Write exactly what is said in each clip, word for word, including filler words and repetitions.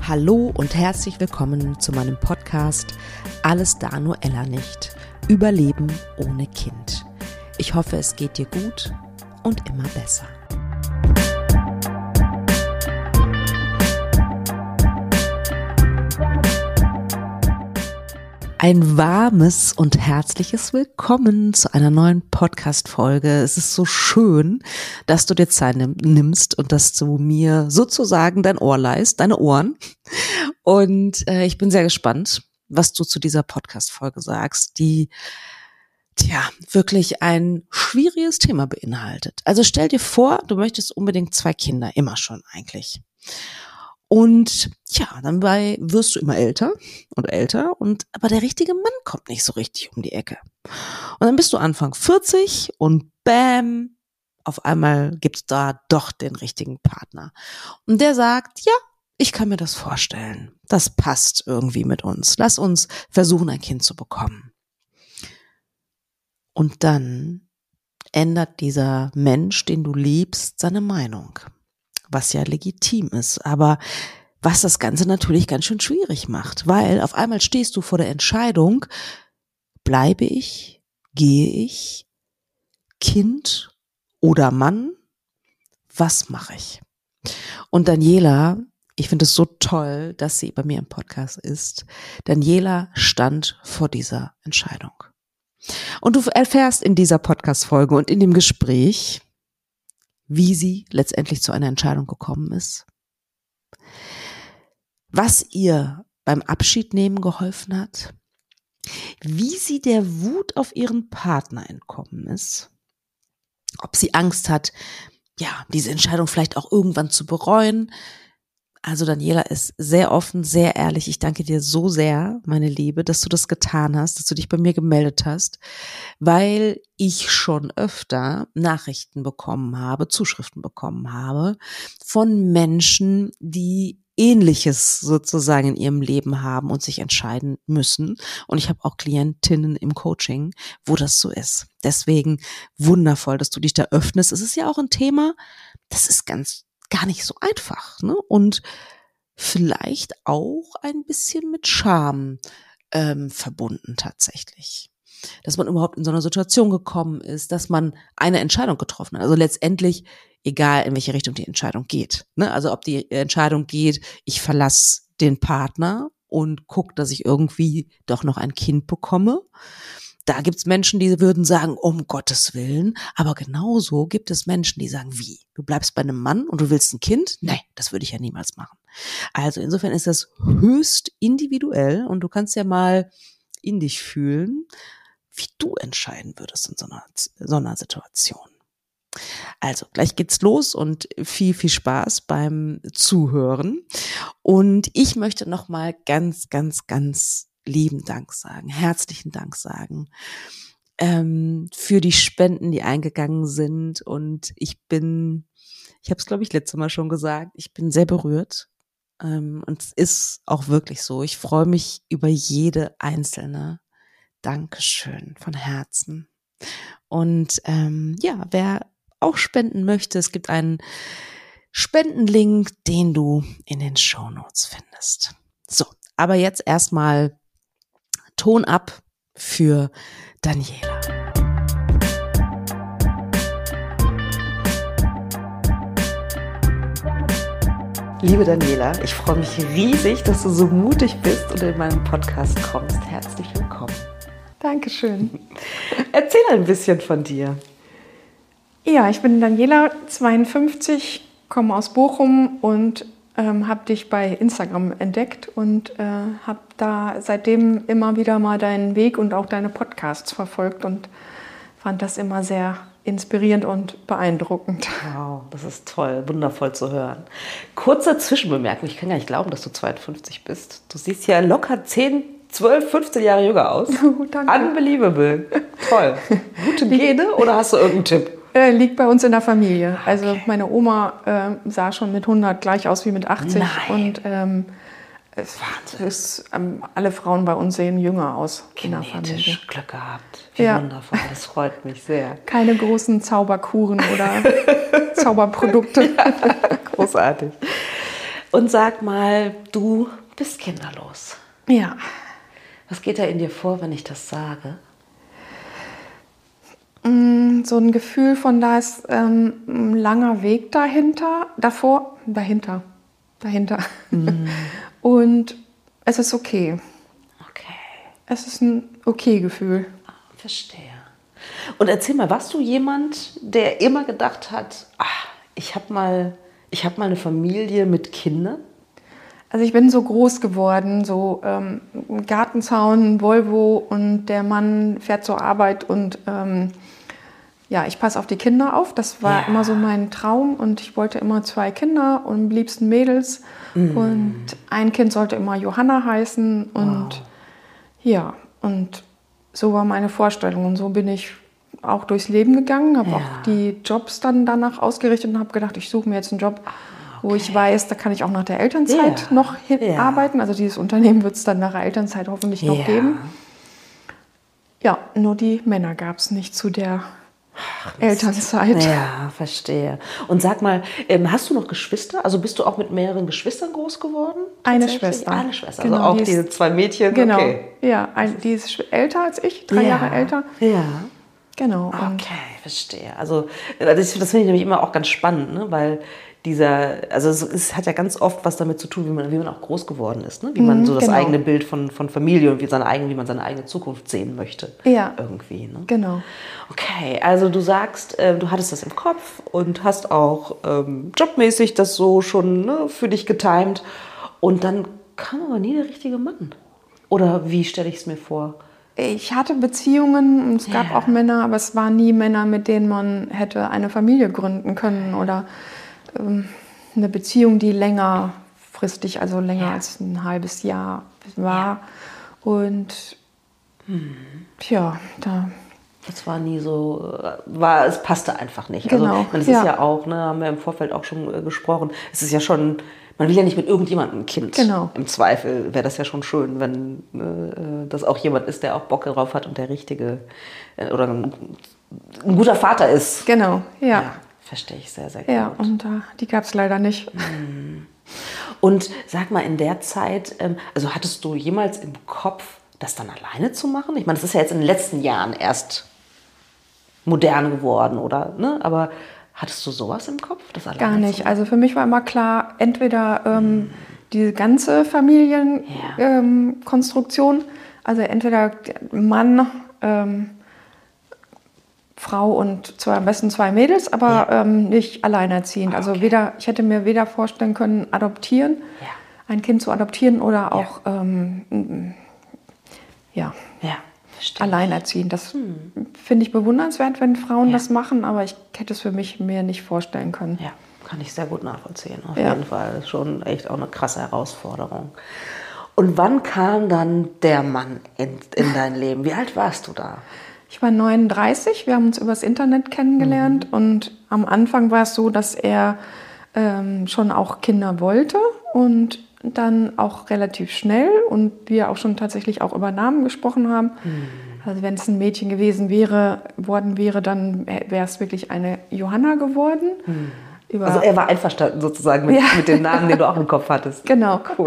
Hallo und herzlich willkommen zu meinem Podcast Alles da nur Ella nicht. Überleben ohne Kind. Ich hoffe, es geht dir gut und immer besser. Ein warmes und herzliches Willkommen zu einer neuen Podcast-Folge. Es ist so schön, dass du dir Zeit nimmst und dass du mir sozusagen dein Ohr leihst, deine Ohren. Und äh, ich bin sehr gespannt, was du zu dieser Podcast-Folge sagst, die tja wirklich ein schwieriges Thema beinhaltet. Also stell dir vor, du möchtest unbedingt zwei Kinder, immer schon eigentlich. Und ja, dann bei, wirst du immer älter und älter und aber der richtige Mann kommt nicht so richtig um die Ecke. Und dann bist du Anfang vierzig und bam, auf einmal gibt's da doch den richtigen Partner. Und der sagt, ja, ich kann mir das vorstellen. Das passt irgendwie mit uns. Lass uns versuchen, ein Kind zu bekommen. Und dann ändert dieser Mensch, den du liebst, seine Meinung. Was ja legitim ist, aber was das Ganze natürlich ganz schön schwierig macht, weil auf einmal stehst du vor der Entscheidung, bleibe ich, gehe ich, Kind oder Mann, was mache ich? Und Daniela, ich finde es so toll, dass sie bei mir im Podcast ist, Daniela stand vor dieser Entscheidung. Und du erfährst in dieser Podcast-Folge und in dem Gespräch, wie sie letztendlich zu einer Entscheidung gekommen ist, was ihr beim Abschiednehmen geholfen hat, wie sie der Wut auf ihren Partner entkommen ist, ob sie Angst hat, ja, diese Entscheidung vielleicht auch irgendwann zu bereuen. Also Daniela ist sehr offen, sehr ehrlich. Ich danke dir so sehr, meine Liebe, dass du das getan hast, dass du dich bei mir gemeldet hast, weil ich schon öfter Nachrichten bekommen habe, Zuschriften bekommen habe von Menschen, die Ähnliches sozusagen in ihrem Leben haben und sich entscheiden müssen. Und ich habe auch Klientinnen im Coaching, wo das so ist. Deswegen wundervoll, dass du dich da öffnest. Es ist ja auch ein Thema, das ist ganz gar nicht so einfach, ne? Und vielleicht auch ein bisschen mit Scham ähm, verbunden tatsächlich. Dass man überhaupt in so einer Situation gekommen ist, dass man eine Entscheidung getroffen hat. Also letztendlich, egal in welche Richtung die Entscheidung geht, ne? Also ob die Entscheidung geht, ich verlasse den Partner und gucke, dass ich irgendwie doch noch ein Kind bekomme. Da gibt's Menschen, die würden sagen, um Gottes Willen. Aber genauso gibt es Menschen, die sagen, wie? Du bleibst bei einem Mann und du willst ein Kind? Nee, das würde ich ja niemals machen. Also insofern ist das höchst individuell und du kannst ja mal in dich fühlen, wie du entscheiden würdest in so einer, so einer Situation. Also gleich geht's los und viel, viel Spaß beim Zuhören. Und ich möchte nochmal ganz, ganz, ganz lieben Dank sagen, herzlichen Dank sagen ähm, für die Spenden, die eingegangen sind. Und ich bin, ich habe es glaube ich letztes Mal schon gesagt, ich bin sehr berührt. Ähm, und es ist auch wirklich so. Ich freue mich über jede einzelne. Dankeschön von Herzen. Und ähm, ja, wer auch spenden möchte, es gibt einen Spendenlink, den du in den Shownotes findest. So, aber jetzt erstmal Ton ab für Daniela. Liebe Daniela, ich freue mich riesig, dass du so mutig bist und in meinen Podcast kommst. Herzlich willkommen. Dankeschön. Erzähl ein bisschen von dir. Ja, ich bin Daniela, zweiundfünfzig, komme aus Bochum und ähm, habe dich bei Instagram entdeckt und äh, habe da seitdem immer wieder mal deinen Weg und auch deine Podcasts verfolgt und fand das immer sehr inspirierend und beeindruckend. Wow, das ist toll, wundervoll zu hören. Kurze Zwischenbemerkung, ich kann gar nicht glauben, dass du zweiundfünfzig bist. Du siehst ja locker zehn, zwölf, fünfzehn Jahre jünger aus. Oh, danke. Unbelievable. Toll. Gute Gene oder hast du irgendeinen Tipp? Äh, liegt bei uns in der Familie. Okay. Also meine Oma äh, sah schon mit hundert gleich aus wie mit achtzig. Nein. Und ähm, es ist, ähm, alle Frauen bei uns sehen jünger aus in der Familie. Genetisch Glück gehabt. Wie Ja. wundervoll, das freut mich sehr. Keine großen Zauberkuren oder Zauberprodukte. Großartig. Und sag mal, du bist kinderlos. Ja. Was geht da in dir vor, wenn ich das sage? So ein Gefühl von, da ist ähm, ein langer Weg dahinter, davor, dahinter, dahinter. Mm. Und es ist okay. Okay. Es ist ein okay Gefühl. Ah, verstehe. Und erzähl mal, warst du jemand, der immer gedacht hat, ach, ich habe mal, ich hab mal eine Familie mit Kindern? Also ich bin so groß geworden, so ähm, Gartenzaun, Volvo und der Mann fährt zur Arbeit und ähm, ja, ich passe auf die Kinder auf. Das war ja. immer so mein Traum und ich wollte immer zwei Kinder und am liebsten Mädels. Mm. Und ein Kind sollte immer Johanna heißen und wow. ja, und so war meine Vorstellung und so bin ich auch durchs Leben gegangen, habe ja. auch die Jobs dann danach ausgerichtet und habe gedacht, ich suche mir jetzt einen Job, okay. wo ich weiß, da kann ich auch nach der Elternzeit ja. noch hin ja. arbeiten. Also dieses Unternehmen wird es dann nach der Elternzeit hoffentlich noch ja. geben. Ja, nur die Männer gab es nicht zu der Ach, Elternzeit. Ja, verstehe. Und sag mal, ähm, hast du noch Geschwister? Also bist du auch mit mehreren Geschwistern groß geworden? Eine Schwester. Eine Schwester, genau, also auch die diese zwei Mädchen? Genau, okay. ja, ein, die ist älter als ich, drei ja. Jahre älter. Ja. Genau. Okay, verstehe. Also das, das finde ich nämlich immer auch ganz spannend, ne? Weil dieser, also es, es hat ja ganz oft was damit zu tun, wie man, wie man auch groß geworden ist, ne? Wie man so das genau. eigene Bild von, von Familie und wie, seine eigene, wie man seine eigene Zukunft sehen möchte. Ja. Irgendwie, ne? Genau. Okay, also du sagst, äh, du hattest das im Kopf und hast auch ähm, jobmäßig das so schon ne, für dich getimt und dann kam aber nie der richtige Mann. Oder wie stelle ich es mir vor? Ich hatte Beziehungen und es gab ja. auch Männer, aber es waren nie Männer, mit denen man hätte eine Familie gründen können oder ähm, eine Beziehung, die längerfristig, also länger ja. als ein halbes Jahr war. Ja. Und hm. tja, da... Das war nie so, war, es passte einfach nicht. Genau. Also, man, es ja. ist ja auch, ne, haben wir im Vorfeld auch schon äh, gesprochen, es ist ja schon, man will ja nicht mit irgendjemandem ein Kind. Genau. Im Zweifel wäre das ja schon schön, wenn äh, das auch jemand ist, der auch Bock drauf hat und der richtige äh, oder ein, ein guter Vater ist. Genau, ja. ja verstehe ich sehr, sehr ja, gut. Ja, und äh, die gab es leider nicht. Und sag mal, in der Zeit, ähm, also hattest du jemals im Kopf, das dann alleine zu machen? Ich meine, das ist ja jetzt in den letzten Jahren erst modern geworden, oder? Ne? Aber hattest du sowas im Kopf? Das alleine Gar nicht. Also für mich war immer klar, entweder ähm, mm. diese ganze Familienkonstruktion, ja. ähm, also entweder Mann, ähm, Frau und zwar am besten zwei Mädels, aber ja. ähm, nicht alleinerziehend. Okay. Also weder, ich hätte mir weder vorstellen können, adoptieren, ja. ein Kind zu adoptieren oder auch ja, ähm, ja. ja. alleinerziehend. Das hm. finde ich bewundernswert, wenn Frauen ja. das machen, aber ich hätte es für mich mir nicht vorstellen können. Ja, kann ich sehr gut nachvollziehen. Auf ja. jeden Fall. Schon echt auch eine krasse Herausforderung. Und wann kam dann der Mann in, in dein Leben? Wie alt warst du da? Ich war neununddreißig. Wir haben uns übers Internet kennengelernt mhm. und am Anfang war es so, dass er ähm, schon auch Kinder wollte und dann auch relativ schnell und wir auch schon tatsächlich auch über Namen gesprochen haben. Mhm. Also wenn es ein Mädchen gewesen wäre, worden wäre, dann wäre es wirklich eine Johanna geworden. Mhm. Über also er war einverstanden sozusagen mit, ja. mit dem Namen, den du auch im Kopf hattest. Genau. Cool.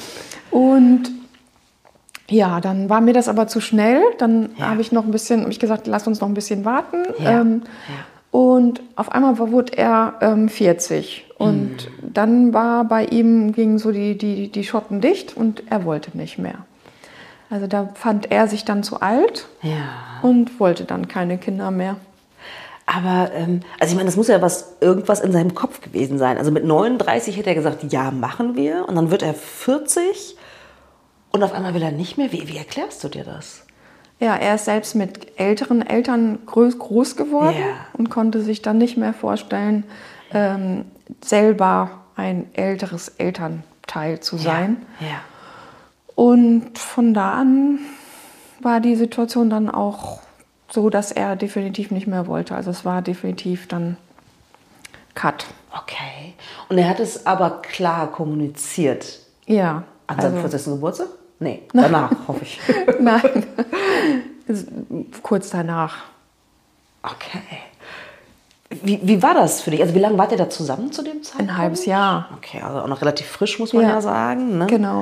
Und ja, dann war mir das aber zu schnell. Dann ja. habe ich noch ein bisschen, habe ich gesagt, lass uns noch ein bisschen warten. Ja. Ähm, ja. Und auf einmal wurde er ähm, vierzig. Und mhm. dann war bei ihm, gingen so die, die, die Schotten dicht und er wollte nicht mehr. Also da fand er sich dann zu alt ja. und wollte dann keine Kinder mehr. Aber, ähm, also ich meine, das muss ja was, irgendwas in seinem Kopf gewesen sein. Also mit neununddreißig hätte er gesagt, ja, machen wir. Und dann wird er vierzig und auf einmal will er nicht mehr. Wie, wie erklärst du dir das? Ja, er ist selbst mit älteren Eltern groß, groß geworden ja. und konnte sich dann nicht mehr vorstellen, ähm, selber ein älteres Elternteil zu sein. Ja. Ja. Und von da an war die Situation dann auch so, dass er definitiv nicht mehr wollte. Also es war definitiv dann Cut. Okay. Und er hat es aber klar kommuniziert? Ja. An seinem also, vierzigsten Geburtstag? Nee, danach hoffe ich. Nein, kurz danach. Okay. Wie, wie war das für dich? Also wie lange wart ihr da zusammen zu dem Zeitpunkt? Ein halbes Jahr. Okay, also auch noch relativ frisch, muss man ja, ja sagen. Ne? Genau.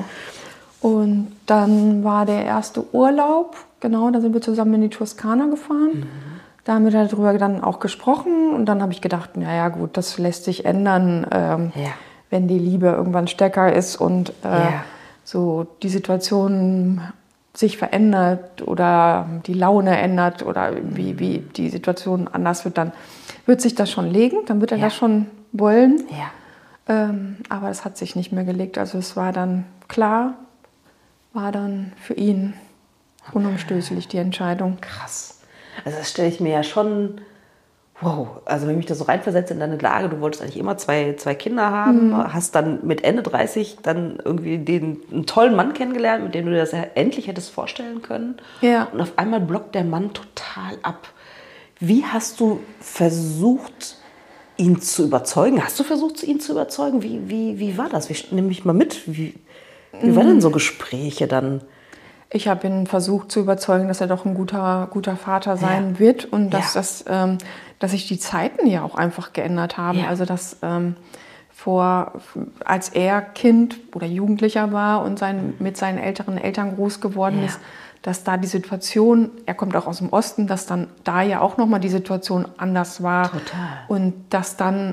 Und dann war der erste Urlaub, genau, da sind wir zusammen in die Toskana gefahren. Mhm. Da haben wir darüber dann auch gesprochen und dann habe ich gedacht, naja gut, das lässt sich ändern, ähm, ja. wenn die Liebe irgendwann stärker ist und äh, ja. so die Situation sich verändert oder die Laune ändert oder wie, wie die Situation anders wird, dann wird sich das schon legen, dann wird er ja. das schon wollen. Ja. Ähm, aber es hat sich nicht mehr gelegt, also es war dann klar, war dann für ihn unumstößlich die Entscheidung. Krass. Also das stelle ich mir ja schon, wow, also wenn ich mich da so reinversetze in deine Lage, du wolltest eigentlich immer zwei, zwei Kinder haben, mhm. hast dann mit Ende dreißig dann irgendwie den, einen tollen Mann kennengelernt, mit dem du dir das ja endlich hättest vorstellen können. Ja. Und auf einmal blockt der Mann total ab. Wie hast du versucht, ihn zu überzeugen? Hast du versucht, ihn zu überzeugen? Wie, wie, wie war das? Wie, nimm mich mal mit. Wie, wie waren denn so Gespräche dann? Ich habe ihn versucht zu überzeugen, dass er doch ein guter, guter Vater sein ja. wird und dass, ja. das, ähm, dass sich die Zeiten ja auch einfach geändert haben. Ja. Also dass ähm, vor, als er Kind oder Jugendlicher war und sein, mit seinen älteren Eltern groß geworden ja. ist, dass da die Situation, er kommt auch aus dem Osten, dass dann da ja auch nochmal die Situation anders war. Total. Und dass dann,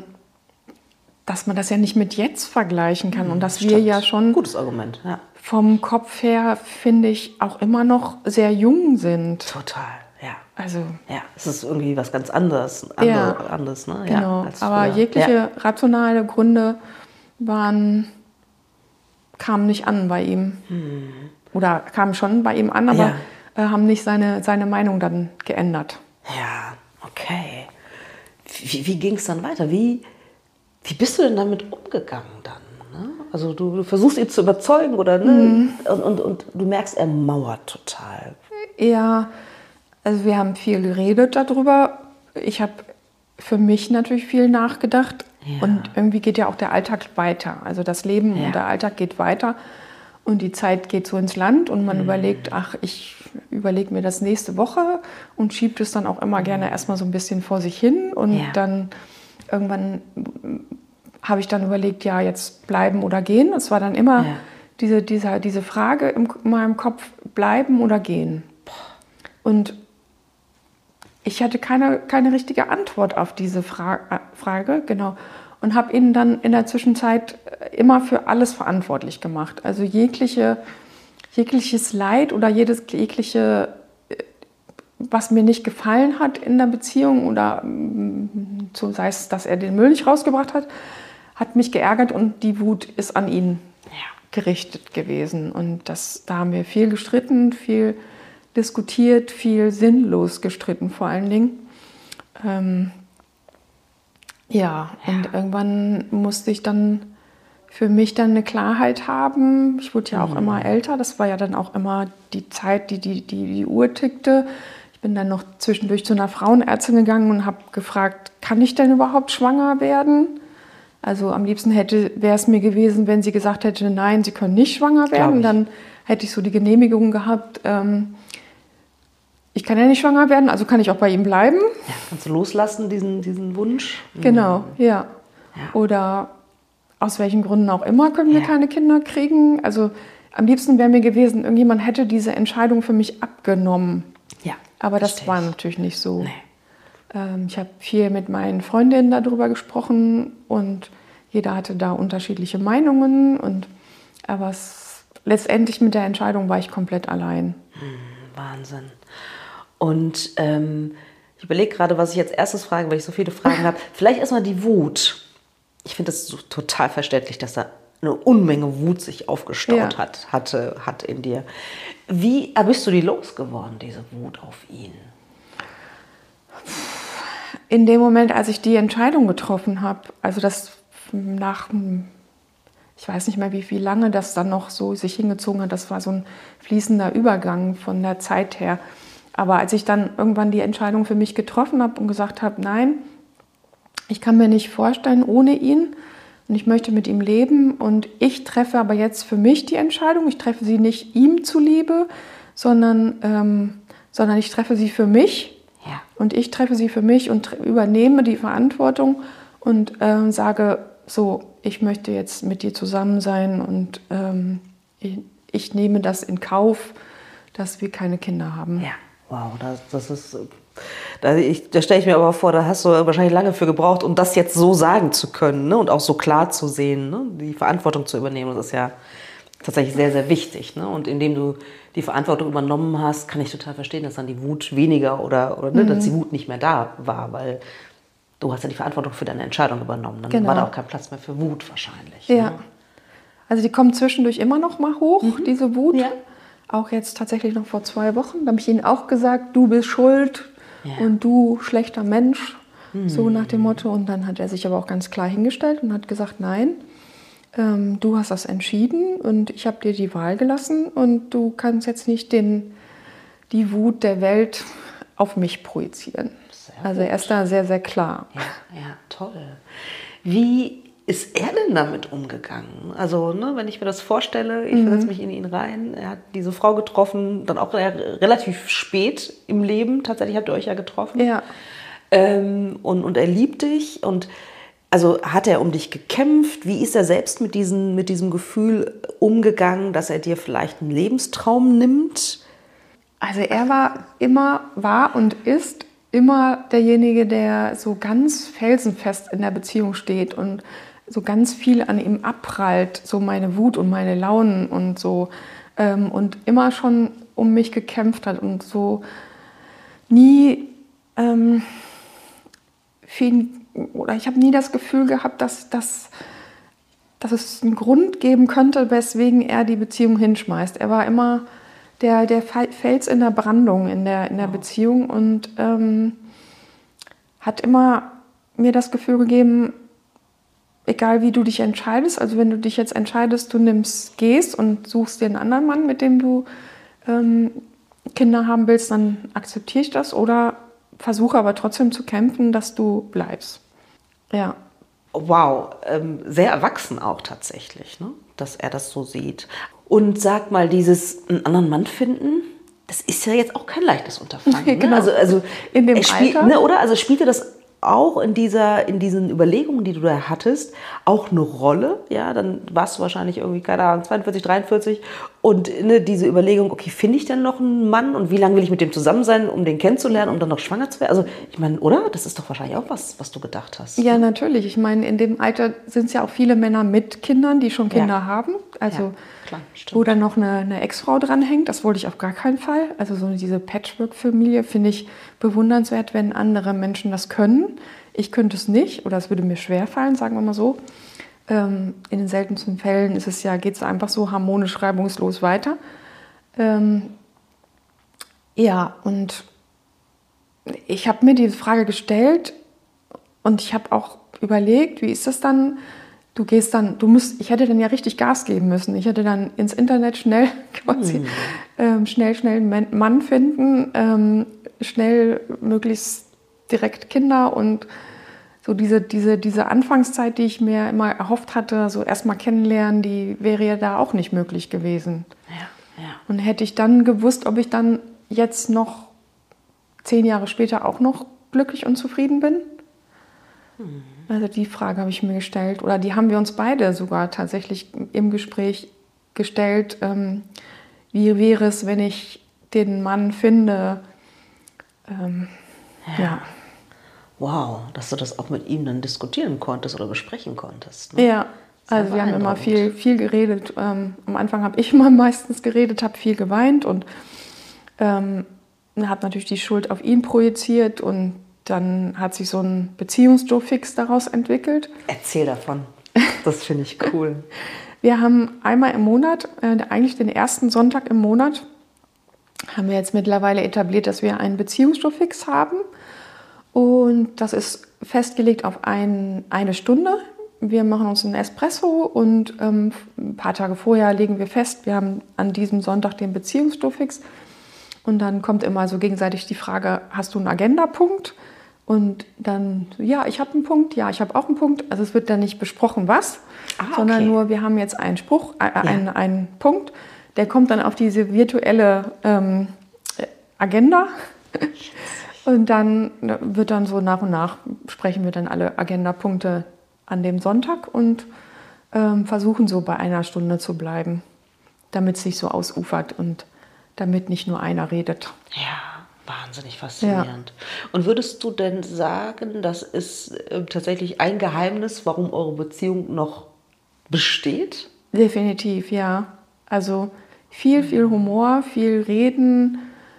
dass man das ja nicht mit jetzt vergleichen kann. Mhm, und dass stimmt. wir ja schon gutes Argument, ja. vom Kopf her, finde ich, auch immer noch sehr jung sind. Total, ja. Also, ja, es ist irgendwie was ganz anderes. Andere, ja, anderes, ne? Genau, ja, aber früher. jegliche ja. rationale Gründe waren, kamen nicht an bei ihm. Hm. Oder kamen schon bei ihm an, aber ja. äh, haben nicht seine, seine Meinung dann geändert. Ja, okay. Wie, wie ging es dann weiter? Wie, wie bist du denn damit umgegangen dann? Ne? Also du, du versuchst ihn zu überzeugen oder ne? Mhm. und, und, und du merkst, er mauert total. Ja, also wir haben viel geredet darüber. Ich habe für mich natürlich viel nachgedacht. Ja. Und irgendwie geht ja auch der Alltag weiter. Also das Leben ja. und der Alltag geht weiter. Und die Zeit geht so ins Land und man mhm. überlegt, ach, ich überlege mir das nächste Woche und schiebt es dann auch immer mhm. gerne erstmal so ein bisschen vor sich hin. Und ja. dann irgendwann habe ich dann überlegt, ja, jetzt bleiben oder gehen. Es war dann immer ja. diese, diese, diese Frage in meinem Kopf, bleiben oder gehen. Und ich hatte keine, keine richtige Antwort auf diese Fra- Frage, genau. Und habe ihn dann in der Zwischenzeit immer für alles verantwortlich gemacht. Also jegliche, jegliches Leid oder jedes, jegliche, was mir nicht gefallen hat in der Beziehung oder so sei es, dass er den Müll nicht rausgebracht hat, hat mich geärgert und die Wut ist an ihn ja. gerichtet gewesen. Und das, da haben wir viel gestritten, viel diskutiert, viel sinnlos gestritten vor allen Dingen. Ähm, Ja, und ja. irgendwann musste ich dann für mich dann eine Klarheit haben. Ich wurde ja auch mhm. immer älter. Das war ja dann auch immer die Zeit, die die, die die Uhr tickte. Ich bin dann noch zwischendurch zu einer Frauenärztin gegangen und habe gefragt, kann ich denn überhaupt schwanger werden? Also am liebsten hätte wäre es mir gewesen, wenn sie gesagt hätte, nein, Sie können nicht schwanger werden. Dann hätte ich so die Genehmigung gehabt, ähm, ich kann ja nicht schwanger werden, also kann ich auch bei ihm bleiben. Ja, kannst du loslassen, diesen, diesen Wunsch? Genau, ja. ja. Oder aus welchen Gründen auch immer können wir ja. keine Kinder kriegen. Also am liebsten wäre mir gewesen, irgendjemand hätte diese Entscheidung für mich abgenommen. Ja. Aber das war natürlich nicht so. Nee. Ähm, ich habe viel mit meinen Freundinnen darüber gesprochen und jeder hatte da unterschiedliche Meinungen. Und, aber es, letztendlich mit der Entscheidung war ich komplett allein. Hm, Wahnsinn. Und ähm, ich überlege gerade, was ich als erstes frage, weil ich so viele Fragen habe. Vielleicht erstmal die Wut. Ich finde das so total verständlich, dass da eine Unmenge Wut sich aufgestaut ja. hat, hatte, hat in dir. Wie bist du die losgeworden, diese Wut auf ihn? In dem Moment, als ich die Entscheidung getroffen habe, also das nach, ich weiß nicht mehr, wie, wie lange das dann noch so sich hingezogen hat, das war so ein fließender Übergang von der Zeit her. Aber als ich dann irgendwann die Entscheidung für mich getroffen habe und gesagt habe, nein, ich kann mir nicht vorstellen ohne ihn und ich möchte mit ihm leben und ich treffe aber jetzt für mich die Entscheidung, ich treffe sie nicht ihm zuliebe, sondern, ähm, sondern ich treffe sie für mich Ja. Und ich treffe sie für mich und tre- übernehme die Verantwortung und ähm, sage, so, ich möchte jetzt mit dir zusammen sein und ähm, ich, ich nehme das in Kauf, dass wir keine Kinder haben. Ja, wow, das, das ist, da, ich, da stelle ich mir aber vor, da hast du wahrscheinlich lange für gebraucht, um das jetzt so sagen zu können, ne? Und auch so klar zu sehen, ne? Die Verantwortung zu übernehmen, das ist ja tatsächlich sehr, sehr wichtig, ne? Und indem du die Verantwortung übernommen hast, kann ich total verstehen, dass dann die Wut weniger oder, oder ne, Mhm. dass die Wut nicht mehr da war, weil du hast ja die Verantwortung für deine Entscheidung übernommen. Dann Genau. war da auch kein Platz mehr für Wut wahrscheinlich. Ja. Ne? Also die kommt zwischendurch immer noch mal hoch, diese Wut. Ja. Auch jetzt tatsächlich noch vor zwei Wochen. Da habe ich ihnen auch gesagt, du bist schuld Ja. und du schlechter Mensch. So nach dem Motto. Und dann hat er sich aber auch ganz klar hingestellt und hat gesagt, nein, ähm, du hast das entschieden und ich habe dir die Wahl gelassen und du kannst jetzt nicht den, die Wut der Welt auf mich projizieren. Sehr Also er ist da sehr, sehr klar. Ja, ja, toll. Wie ist er denn damit umgegangen? Also, ne, wenn ich mir das vorstelle, ich versetze mich in ihn rein, er hat diese Frau getroffen, dann auch re- relativ spät im Leben, tatsächlich habt ihr euch ja getroffen. Ja. Ähm, und, und er liebt dich und also hat er um dich gekämpft? Wie ist er selbst mit, diesen, mit diesem Gefühl umgegangen, dass er dir vielleicht einen Lebenstraum nimmt? Also er war immer, war und ist immer derjenige, der so ganz felsenfest in der Beziehung steht und so ganz viel an ihm abprallt, so meine Wut und meine Launen und so. Ähm, und immer schon um mich gekämpft hat und so nie ähm, viel, oder ich habe nie das Gefühl gehabt, dass, dass, dass es einen Grund geben könnte, weswegen er die Beziehung hinschmeißt. Er war immer der, der Fels in der Brandung in der, in der Beziehung und ähm, hat immer mir das Gefühl gegeben, egal wie du dich entscheidest, also wenn du dich jetzt entscheidest, du nimmst, gehst und suchst dir einen anderen Mann, mit dem du ähm, Kinder haben willst, dann akzeptiere ich das oder versuche aber trotzdem zu kämpfen, dass du bleibst. Ja. Wow, ähm, sehr erwachsen auch tatsächlich, ne? Dass er das so sieht. Und sag mal, dieses einen anderen Mann finden, das ist ja jetzt auch kein leichtes Unterfangen. Ne? Genau. Also, also In dem er spielt, Alter. ne, oder? Also spielte das auch in, dieser, in diesen Überlegungen, die du da hattest, auch eine Rolle? Ja, dann warst du wahrscheinlich irgendwie, keine Ahnung, zweiundvierzig, dreiundvierzig und ne, diese Überlegung, okay, finde ich denn noch einen Mann und wie lange will ich mit dem zusammen sein, um den kennenzulernen, um dann noch schwanger zu werden? Also ich meine, oder? Das ist doch wahrscheinlich auch was, was du gedacht hast. Ja, natürlich. Ich meine, in dem Alter sind es ja auch viele Männer mit Kindern, die schon Kinder Ja. haben. Also Ja, klar, stimmt. wo dann noch eine, eine Ex-Frau dranhängt. Das wollte ich auf gar keinen Fall. Also so diese Patchwork-Familie finde ich bewundernswert, wenn andere Menschen das können. Ich könnte es nicht oder es würde mir schwerfallen, sagen wir mal so. Ähm, in den seltensten Fällen ist es ja, geht es einfach so harmonisch, reibungslos weiter. Ähm, ja, und ich habe mir diese Frage gestellt und ich habe auch überlegt, wie ist das dann? Du gehst dann, du musst, ich hätte dann ja richtig Gas geben müssen. Ich hätte dann ins Internet schnell quasi, Mhm. ähm, schnell, schnell einen Mann finden, ähm, schnell möglichst direkt Kinder und so diese, diese, diese Anfangszeit, die ich mir immer erhofft hatte, so erstmal kennenlernen, die wäre ja da auch nicht möglich gewesen. Ja, ja. Und hätte ich dann gewusst, ob ich dann jetzt noch zehn Jahre später auch noch glücklich und zufrieden bin? Mhm. Also die Frage habe ich mir gestellt oder die haben wir uns beide sogar tatsächlich im Gespräch gestellt. Ähm, wie wäre es, wenn ich den Mann finde? Ähm, ja. ja. Wow, dass du das auch mit ihm dann diskutieren konntest oder besprechen konntest. Ne? Ja, also wir haben immer viel, viel geredet. Ähm, am Anfang habe ich immer meistens geredet, habe viel geweint und ähm, habe natürlich die Schuld auf ihn projiziert und dann hat sich so ein Beziehungs-Joe-Fix daraus entwickelt. Erzähl davon. Das finde ich cool. Wir haben einmal im Monat, äh, eigentlich den ersten Sonntag im Monat, haben wir jetzt mittlerweile etabliert, dass wir einen Beziehungs-Joe-Fix haben. Und das ist festgelegt auf ein, eine Stunde. Wir machen uns einen Espresso und ähm, ein paar Tage vorher legen wir fest, wir haben an diesem Sonntag den Beziehungs-Joe-Fix. Und dann kommt immer so gegenseitig die Frage, hast du einen Agendapunkt? Und dann, ja, ich habe einen Punkt, ja, ich habe auch einen Punkt. Also es wird dann nicht besprochen, was, Ah, okay. sondern nur, wir haben jetzt einen Spruch, äh, ja. einen, einen Punkt, der kommt dann auf diese virtuelle ähm, Agenda. Und dann wird dann so nach und nach, sprechen wir dann alle Agendapunkte an dem Sonntag und ähm, versuchen so bei einer Stunde zu bleiben, damit es sich so ausufert und damit nicht nur einer redet. Ja, wahnsinnig faszinierend. Ja. Und würdest du denn sagen, das ist äh, tatsächlich ein Geheimnis, warum eure Beziehung noch besteht? Definitiv, ja. Also viel, viel Humor, viel Reden,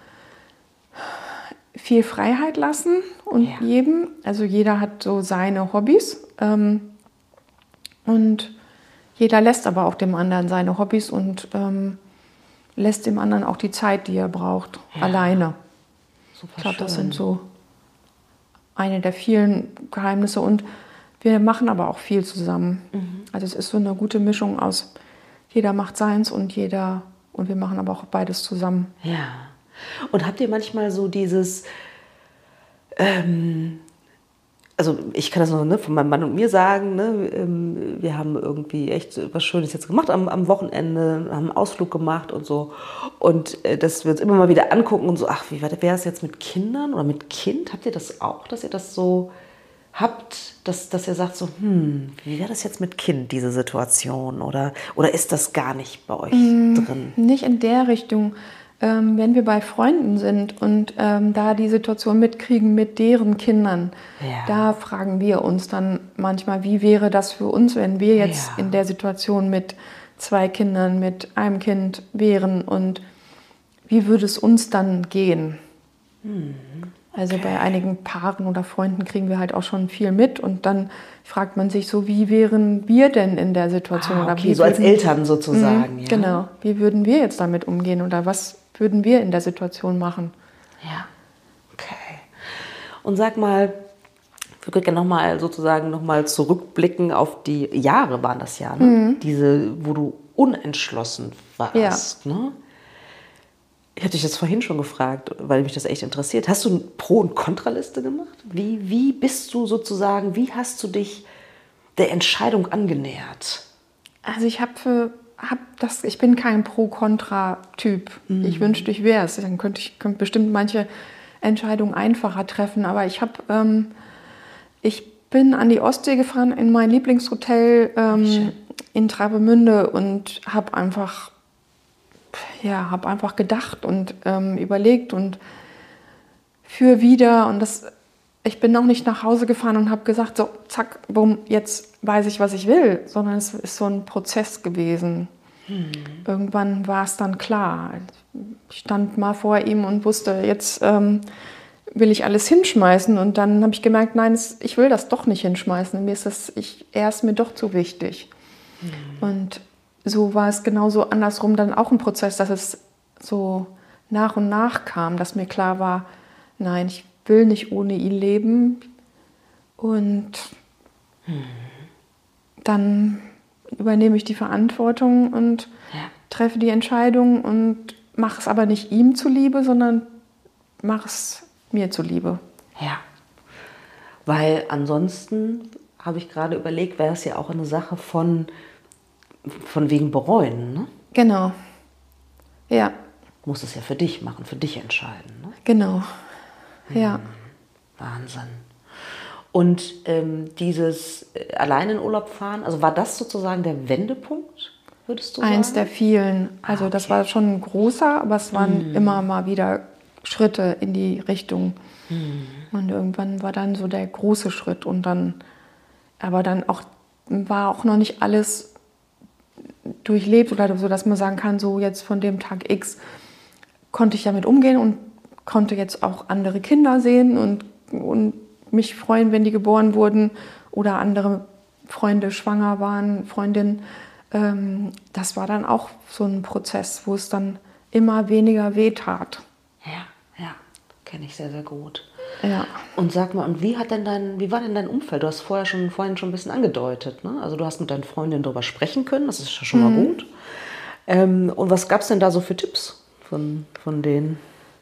viel Freiheit lassen und ja. jedem, also jeder hat so seine Hobbys ähm, und jeder lässt aber auch dem anderen seine Hobbys und ähm, lässt dem anderen auch die Zeit, die er braucht, ja. alleine. Super ich glaube, das sind so eine der vielen Geheimnisse und wir machen aber auch viel zusammen. Mhm. Also es ist so eine gute Mischung aus, jeder macht seins und jeder, und wir machen aber auch beides zusammen. Ja. Und habt ihr manchmal so dieses, ähm, also ich kann das noch ne, von meinem Mann und mir sagen, ne, ähm, wir haben irgendwie echt was Schönes jetzt gemacht am, am Wochenende, haben einen Ausflug gemacht und so. Und äh, dass wir uns immer mal wieder angucken und so, ach, wie wäre das jetzt mit Kindern oder mit Kind? Habt ihr das auch, dass ihr das so habt, dass, dass ihr sagt so, hm, wie wäre das jetzt mit Kind, diese Situation? Oder, oder ist das gar nicht bei euch mm, drin? Nicht in der Richtung. Ähm, wenn wir bei Freunden sind und ähm, da die Situation mitkriegen mit deren Kindern, ja. da fragen wir uns dann manchmal, wie wäre das für uns, wenn wir jetzt ja. in der Situation mit zwei Kindern, mit einem Kind wären und wie würde es uns dann gehen? Hm. Also okay. bei einigen Paaren oder Freunden kriegen wir halt auch schon viel mit und dann fragt man sich so, wie wären wir denn in der Situation? Ah, okay, oder wie so als würden, Eltern sozusagen. Mh, ja. Genau, wie würden wir jetzt damit umgehen oder was würden wir in der Situation machen? Ja, okay. Und sag mal, ich würde gerne nochmal sozusagen nochmal zurückblicken auf die Jahre, waren das ja, ne? Mhm. Diese, wo du unentschlossen warst, ja. ne? Ich hatte dich das vorhin schon gefragt, weil mich das echt interessiert. Hast du eine Pro- und Kontraliste gemacht? Wie, wie bist du sozusagen, wie hast du dich der Entscheidung angenähert? Also ich habe hab das, ich bin kein Pro-Kontra-Typ. Mhm. Ich wünschte, ich wäre es. Dann könnte ich könnte bestimmt manche Entscheidungen einfacher treffen. Aber ich habe, ähm, ich bin an die Ostsee gefahren in mein Lieblingshotel ähm, in Travemünde und habe einfach Ja, habe einfach gedacht und ähm, überlegt und für wieder und das, ich bin noch nicht nach Hause gefahren und habe gesagt, so zack, bumm, jetzt weiß ich, was ich will, sondern es ist so ein Prozess gewesen. Hm. Irgendwann war es dann klar. Ich stand mal vor ihm und wusste, jetzt ähm, will ich alles hinschmeißen und dann habe ich gemerkt, nein, es, ich will das doch nicht hinschmeißen. Mir ist das, ich, er ist mir doch zu wichtig. Hm. Und so war es genauso andersrum dann auch ein Prozess, dass es so nach und nach kam, dass mir klar war, nein, ich will nicht ohne ihn leben. Und hm. dann übernehme ich die Verantwortung und ja. treffe die Entscheidung und mache es aber nicht ihm zuliebe, sondern mache es mir zuliebe. Ja, weil ansonsten, habe ich gerade überlegt, wäre es ja auch eine Sache von Von wegen bereuen, ne? Genau, ja. Du musst es ja für dich machen, für dich entscheiden, ne? Genau, ja. Hm. Wahnsinn. Und ähm, dieses äh, allein in Urlaub fahren, also war das sozusagen der Wendepunkt, würdest du sagen? Eins der vielen. Also ah, okay. das war schon ein großer, aber es waren hm. immer mal wieder Schritte in die Richtung. Hm. Und irgendwann war dann so der große Schritt und dann, aber dann auch, war auch noch nicht alles durchlebt oder so, dass man sagen kann, so jetzt von dem Tag X konnte ich damit umgehen und konnte jetzt auch andere Kinder sehen und, und mich freuen, wenn die geboren wurden oder andere Freunde schwanger waren, Freundinnen. Ähm, das war dann auch so ein Prozess, wo es dann immer weniger wehtat. Ja, ja, kenne ich sehr, sehr gut. Ja. Und sag mal, und wie hat denn dein, wie war denn dein Umfeld? Du hast vorher schon, vorhin schon ein bisschen angedeutet, ne? Also du hast mit deinen Freundinnen darüber sprechen können, das ist ja schon mhm. mal gut. Ähm, und was gab es denn da so für Tipps von, von denen?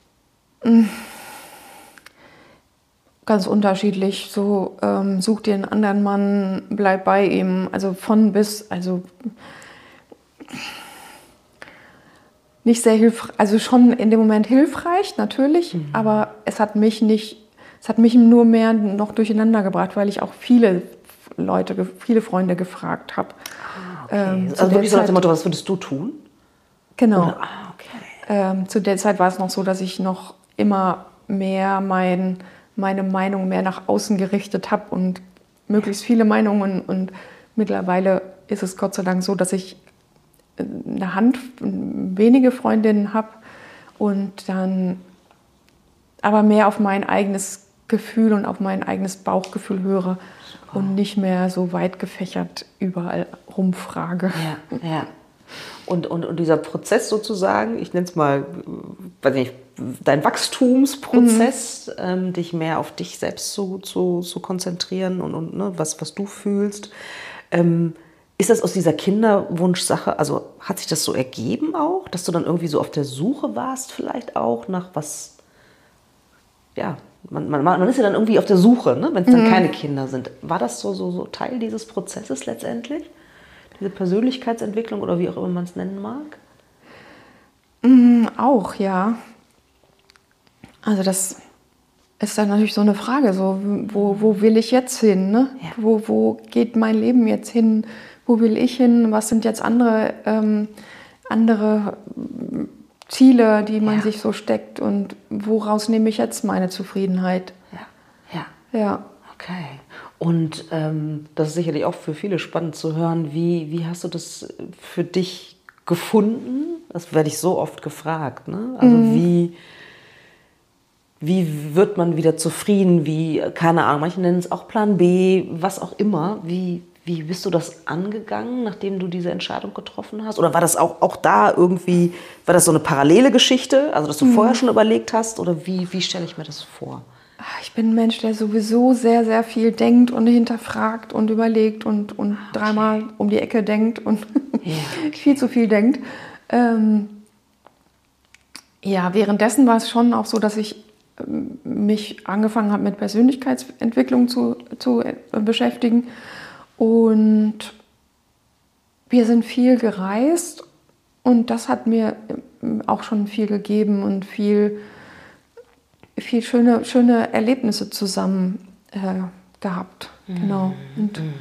Ganz unterschiedlich. So, ähm, such dir einen anderen Mann, bleib bei ihm. Also von bis, also nicht sehr hilfreich, also schon in dem Moment hilfreich, natürlich, mhm. aber es hat mich nicht, es hat mich nur mehr noch durcheinander gebracht, weil ich auch viele Leute, viele Freunde gefragt habe. Ah, okay. Ähm, also wirklich so nach dem Motto, was würdest du tun? Genau. Oder, ah, okay. ähm, zu der Zeit war es noch so, dass ich noch immer mehr mein, meine Meinung mehr nach außen gerichtet habe und möglichst viele Meinungen, und mittlerweile ist es Gott sei Dank so, dass ich eine Hand, wenige Freundinnen habe und dann aber mehr auf mein eigenes Gefühl und auf mein eigenes Bauchgefühl höre. Super. Und nicht mehr so weit gefächert überall rumfrage. Ja, ja. Und, und, und dieser Prozess sozusagen, ich nenne es mal, weiß nicht, dein Wachstumsprozess, mhm. ähm, dich mehr auf dich selbst zu, zu, zu konzentrieren und, und ne, was, was du fühlst. Ähm, ist das aus dieser Kinderwunschsache, also hat sich das so ergeben auch, dass du dann irgendwie so auf der Suche warst vielleicht auch nach was, ja, man, man, man ist ja dann irgendwie auf der Suche, ne, wenn es dann mhm. keine Kinder sind. War das so, so, so Teil dieses Prozesses letztendlich? Diese Persönlichkeitsentwicklung oder wie auch immer man es nennen mag? Mhm, auch, ja. Also das ist dann natürlich so eine Frage, so, wo, wo will ich jetzt hin? Ne? Ja. Wo, wo geht mein Leben jetzt hin? Wo will ich hin? Was sind jetzt andere, ähm, andere Ziele, die man ja. sich so steckt? Und woraus nehme ich jetzt meine Zufriedenheit? Ja, ja. Ja. Okay. Und ähm, das ist sicherlich auch für viele spannend zu hören. Wie, wie hast du das für dich gefunden? Das werde ich so oft gefragt. Ne? Also mhm. wie... Wie wird man wieder zufrieden? Wie, keine Ahnung, manche nennen es auch Plan B, was auch immer. Wie, wie bist du das angegangen, nachdem du diese Entscheidung getroffen hast? Oder war das auch, auch da irgendwie, war das so eine parallele Geschichte, also dass du mhm. vorher schon überlegt hast? Oder wie, wie stelle ich mir das vor? Ich bin ein Mensch, der sowieso sehr, sehr viel denkt und hinterfragt und überlegt und, und okay. dreimal um die Ecke denkt und ja, okay. viel zu viel denkt. Ähm, ja, währenddessen war es schon auch so, dass ich mich angefangen habe, mit Persönlichkeitsentwicklung zu, zu beschäftigen. Und wir sind viel gereist und das hat mir auch schon viel gegeben und viel, viel schöne, schöne Erlebnisse zusammen äh, gehabt. Mhm. Genau. Und mhm.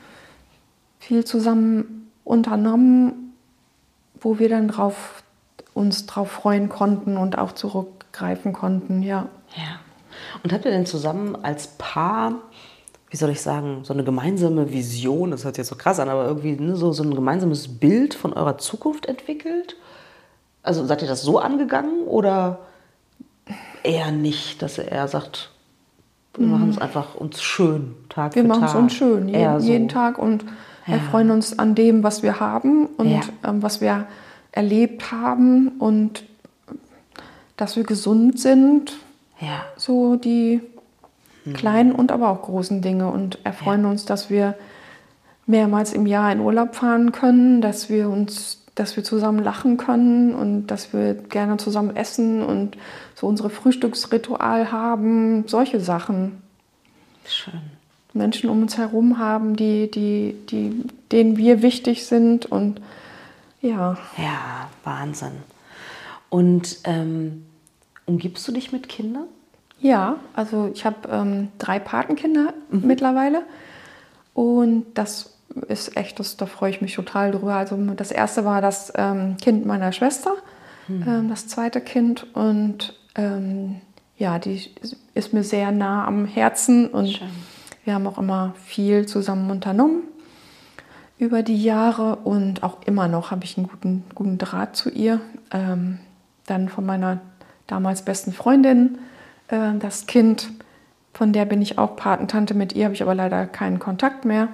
viel zusammen unternommen, wo wir dann drauf, uns drauf freuen konnten und auch zurück greifen konnten, ja. Ja. Und habt ihr denn zusammen als Paar, wie soll ich sagen, so eine gemeinsame Vision, das hört sich jetzt so krass an, aber irgendwie ne, so, so ein gemeinsames Bild von eurer Zukunft entwickelt? Also seid ihr das so angegangen oder eher nicht, dass er eher sagt, wir machen es einfach uns schön, Tag wir für Tag? Wir machen es uns schön, jeden, so. jeden Tag und ja. erfreuen uns an dem, was wir haben und ja. ähm, was wir erlebt haben und dass wir gesund sind, ja. so die mhm. kleinen und aber auch großen Dinge und erfreuen ja. uns, dass wir mehrmals im Jahr in Urlaub fahren können, dass wir uns, dass wir zusammen lachen können und dass wir gerne zusammen essen und so unsere Frühstücksritual haben, solche Sachen. Schön. Menschen um uns herum haben, die, die, die, denen wir wichtig sind und ja. Ja, Wahnsinn. Und ähm, umgibst du dich mit Kindern? Ja, also ich habe ähm, drei Patenkinder mhm. mittlerweile und das ist echt, das, da freue ich mich total drüber. Also das erste war das ähm, Kind meiner Schwester, mhm. ähm, das zweite Kind und ähm, ja, die ist mir sehr nah am Herzen und schön. Wir haben auch immer viel zusammen unternommen über die Jahre und auch immer noch habe ich einen guten, guten Draht zu ihr. Ähm, dann von meiner damals besten Freundin, äh, das Kind, von der bin ich auch Patentante, mit ihr habe ich aber leider keinen Kontakt mehr.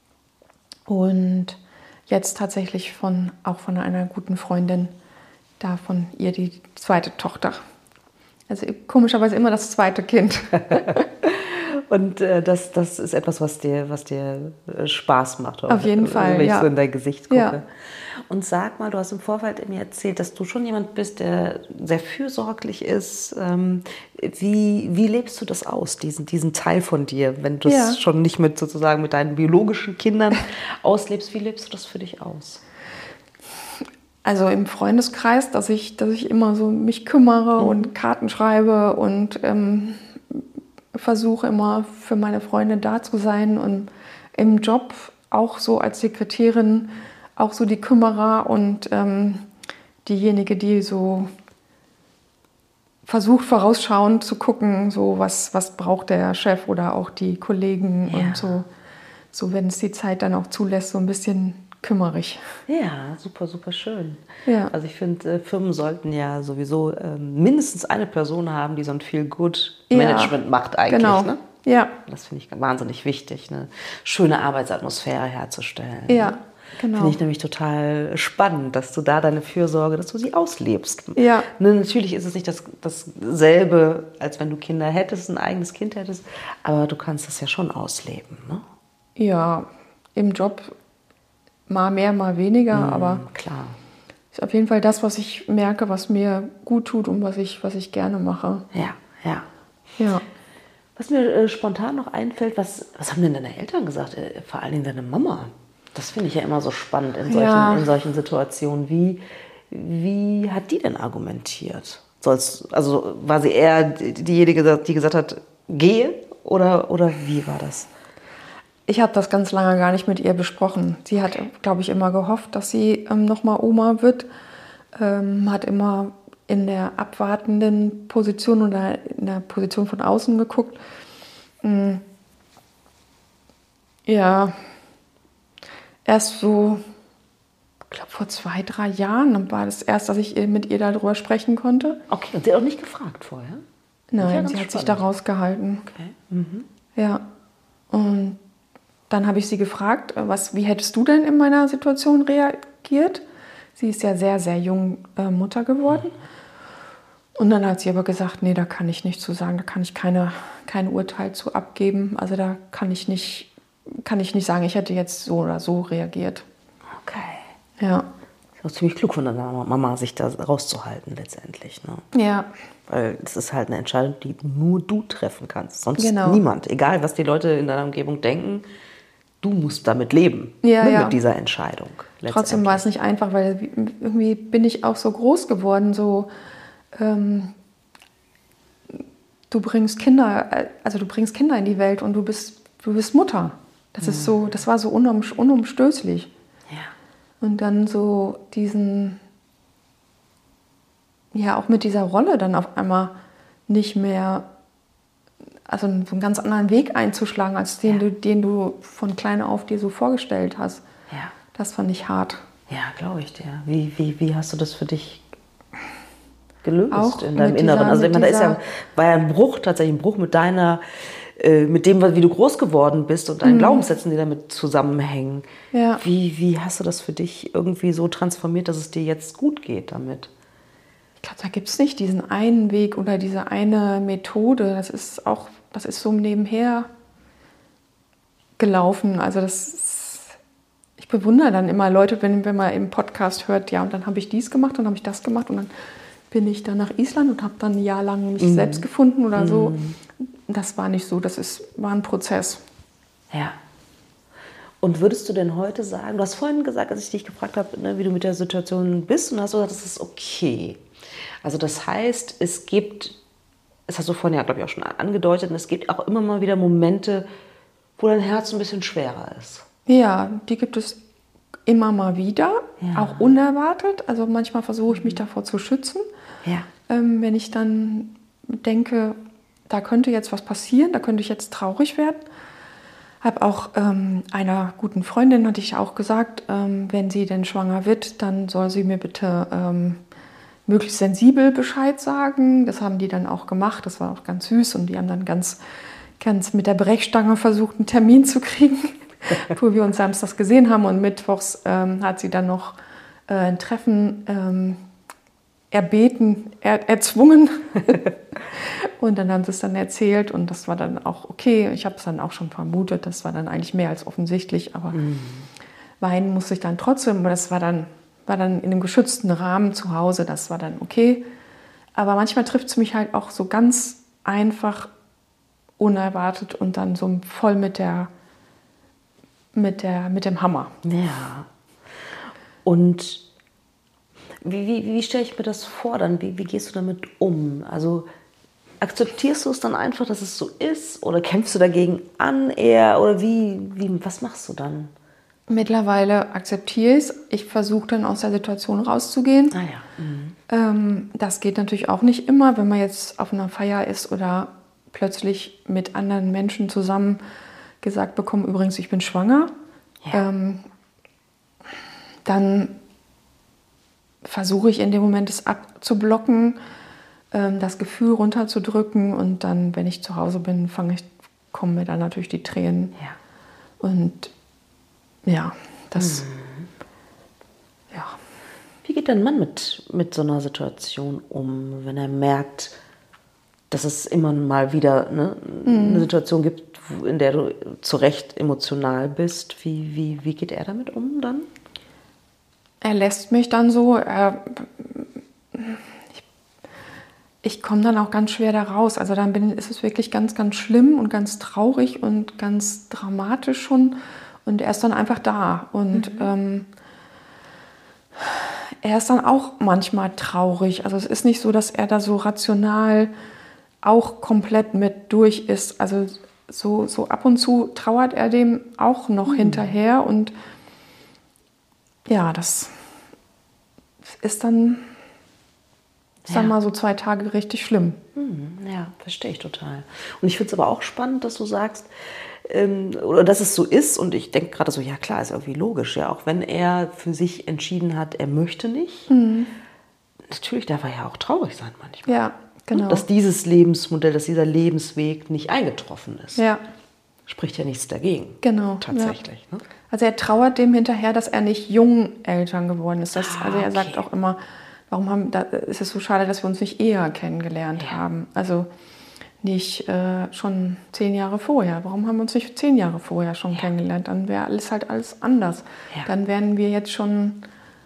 Und jetzt tatsächlich von, auch von einer guten Freundin, da von ihr die zweite Tochter. Also komischerweise immer das zweite Kind. Und äh, das, das ist etwas, was dir, was dir Spaß macht. Auf jeden Fall, wenn ich ja. so in dein Gesicht gucke. Ja. Und sag mal, du hast im Vorfeld mir erzählt, dass du schon jemand bist, der sehr fürsorglich ist. Ähm, wie, wie lebst du das aus, diesen, diesen Teil von dir, wenn du es ja. schon nicht mit sozusagen mit deinen biologischen Kindern auslebst? Wie lebst du das für dich aus? also im Freundeskreis, dass ich, dass ich immer so mich kümmere Mhm. und Karten schreibe und ähm, versuche immer für meine Freunde da zu sein und im Job auch so als Sekretärin auch so die Kümmerer und ähm, diejenige, die so versucht vorausschauend zu gucken, so was, was braucht der Chef oder auch die Kollegen Ja. und so, so wenn es die Zeit dann auch zulässt, so ein bisschen kümmerig. Ja, super, super schön. Ja. Also ich finde, äh, Firmen sollten ja sowieso ähm, mindestens eine Person haben, die so ein Feel-Good-Management Ja, macht eigentlich. genau. Ne? Ja, Das finde ich wahnsinnig wichtig, eine schöne Arbeitsatmosphäre herzustellen. ja, Ne? genau. Finde ich nämlich total spannend, dass du da deine Fürsorge, dass du sie auslebst. Ja. Ne, natürlich ist es nicht das, dasselbe, als wenn du Kinder hättest, ein eigenes Kind hättest, aber du kannst es ja schon ausleben. Ne? Ja, im Job mal mehr, mal weniger, Mhm, aber klar. ist auf jeden Fall das, was ich merke, was mir gut tut und was ich, was ich gerne mache. Ja, ja. Ja. Was mir äh, spontan noch einfällt, was, was haben denn deine Eltern gesagt? Äh, vor allen Dingen deine Mama. Das finde ich ja immer so spannend in solchen, Ja. in solchen Situationen. Wie, wie hat die denn argumentiert? Soll's, also war sie eher diejenige, die gesagt hat, gehe? Oder, oder wie war das? Ich habe das ganz lange gar nicht mit ihr besprochen. Sie hat, glaube ich, immer gehofft, dass sie ähm, nochmal Oma wird. Ähm, hat immer in der abwartenden Position oder in der Position von außen geguckt. Mhm. Ja, erst so, ich glaube vor zwei, drei Jahren war das erst, dass ich mit ihr darüber sprechen konnte. Okay, und sie hat auch nicht gefragt vorher? Nein, ja ganz sie hat sich da spannend. rausgehalten. Okay. Mhm. Ja, und dann habe ich sie gefragt, was, wie hättest du denn in meiner Situation reagiert? Sie ist ja sehr, sehr jung äh, Mutter geworden. Und dann hat sie aber gesagt, nee, da kann ich nichts zu sagen, da kann ich keine, kein Urteil zu abgeben. Also da kann ich nicht, kann ich nicht sagen, ich hätte jetzt so oder so reagiert. Okay. Ja. Ist auch ziemlich klug von deiner Mama, sich da rauszuhalten letztendlich. Ne? Ja. Weil es ist halt eine Entscheidung, die nur du treffen kannst. Sonst Genau. niemand. Egal, was die Leute in deiner Umgebung denken, du musst damit leben. Ja, ne, ja. Mit dieser Entscheidung. Trotzdem war es nicht einfach, weil irgendwie bin ich auch so groß geworden, so ähm, du bringst Kinder, also du bringst Kinder in die Welt und du bist, du bist Mutter. Das ist so, das war so unum, unumstößlich. Ja. Und dann so diesen, ja auch mit dieser Rolle dann auf einmal nicht mehr, also so einen ganz anderen Weg einzuschlagen, als den, Ja. du, den du von klein auf dir so vorgestellt hast. Ja, Das fand ich hart. ja glaube ich dir. Wie, wie, wie hast du das für dich gelöst Auch in deinem mit Inneren? dieser- Also ich mit meine, da ist ja, dieser- war ja ein Bruch, tatsächlich ein Bruch mit deiner, äh, mit dem, wie du groß geworden bist und deinen Glaubenssätzen, die damit zusammenhängen. Ja. Wie, wie hast du das für dich irgendwie so transformiert, dass es dir jetzt gut geht damit? Ich glaube, da gibt es nicht diesen einen Weg oder diese eine Methode. Das ist auch, das ist so nebenher gelaufen. Also das ist, ich bewundere dann immer Leute, wenn, wenn man im Podcast hört, ja, und dann habe ich dies gemacht, dann habe ich das gemacht und dann bin ich dann nach Island und habe dann ein Jahr lang mich selbst gefunden oder so. Das war nicht so, das ist, war ein Prozess. Ja. Und würdest du denn heute sagen, du hast vorhin gesagt, als ich dich gefragt habe, ne, wie du mit der Situation bist, und hast du gesagt, das ist okay. Also das heißt, es gibt, das hast du vorhin ja, glaube ich, auch schon angedeutet, und es gibt auch immer mal wieder Momente, wo dein Herz ein bisschen schwerer ist. Ja, die gibt es immer mal wieder, Ja. auch unerwartet. Also manchmal versuche ich mich davor zu schützen. Ja. Ähm, wenn ich dann denke, da könnte jetzt was passieren, da könnte ich jetzt traurig werden. Habe auch ähm, einer guten Freundin, hatte ich auch gesagt, ähm, wenn sie denn schwanger wird, dann soll sie mir bitte ähm, möglichst sensibel Bescheid sagen. Das haben die dann auch gemacht, das war auch ganz süß und die haben dann ganz, ganz mit der Brechstange versucht, einen Termin zu kriegen, wo wir uns samstags gesehen haben und mittwochs ähm, hat sie dann noch äh, ein Treffen ähm, erbeten, er, erzwungen. Und dann haben sie es dann erzählt und das war dann auch okay. Ich habe es dann auch schon vermutet, das war dann eigentlich mehr als offensichtlich, aber mhm. weinen musste ich dann trotzdem. Aber das war dann, war dann in einem geschützten Rahmen zu Hause, das war dann okay. Aber manchmal trifft es mich halt auch so ganz einfach, unerwartet und dann so voll mit der, mit der, mit dem Hammer. Ja. Und wie, wie, wie stelle ich mir das vor dann? Wie, wie gehst du damit um? Also akzeptierst du es dann einfach, dass es so ist? Oder kämpfst du dagegen an eher? Oder wie, wie, was machst du dann? Mittlerweile akzeptiere ich es. Ich versuche dann aus der Situation rauszugehen. Ah ja. Mhm. Ähm, das geht natürlich auch nicht immer, wenn man jetzt auf einer Feier ist oder plötzlich mit anderen Menschen zusammen gesagt bekommt, übrigens, ich bin schwanger. Ja. Ähm, dann versuche ich in dem Moment es abzublocken, ähm, das Gefühl runterzudrücken und dann, wenn ich zu Hause bin, fange ich, kommen mir dann natürlich die Tränen. Ja. Und ja, das, mhm. ja. Wie geht dein Mann mit, mit so einer Situation um, wenn er merkt, dass es immer mal wieder ne, mhm. eine Situation gibt, in der du zu Recht emotional bist? Wie, wie, wie geht er damit um dann? Er lässt mich dann so, er, ich, ich komme dann auch ganz schwer da raus. Also dann bin, ist es wirklich ganz, ganz schlimm und ganz traurig und ganz dramatisch schon. Und er ist dann einfach da. Und mhm. ähm, er ist dann auch manchmal traurig. Also es ist nicht so, dass er da so rational auch komplett mit durch ist. Also so, so ab und zu trauert er dem auch noch mhm. hinterher. Und ja, das ist dann, ist dann ja. mal so zwei Tage richtig schlimm. Mhm. Ja, verstehe ich total. Und ich finde es aber auch spannend, dass du sagst, ähm, oder dass es so ist. Und ich denke gerade so, ja klar, ist irgendwie logisch. Ja, auch wenn er für sich entschieden hat, er möchte nicht. Mhm. Natürlich darf er ja auch traurig sein manchmal. Ja, genau. Dass dieses Lebensmodell, dass dieser Lebensweg nicht eingetroffen ist. Ja. Spricht ja nichts dagegen. Genau. Tatsächlich. Ja. Ne? Also er trauert dem hinterher, dass er nicht jung Eltern geworden ist. Das, ah, also er okay. sagt auch immer, warum haben, da ist es so schade, dass wir uns nicht eher kennengelernt ja. haben. Also nicht äh, schon zehn Jahre vorher. Warum haben wir uns nicht zehn Jahre vorher schon ja. kennengelernt? Dann wäre alles halt alles anders. Ja. Dann wären wir jetzt schon,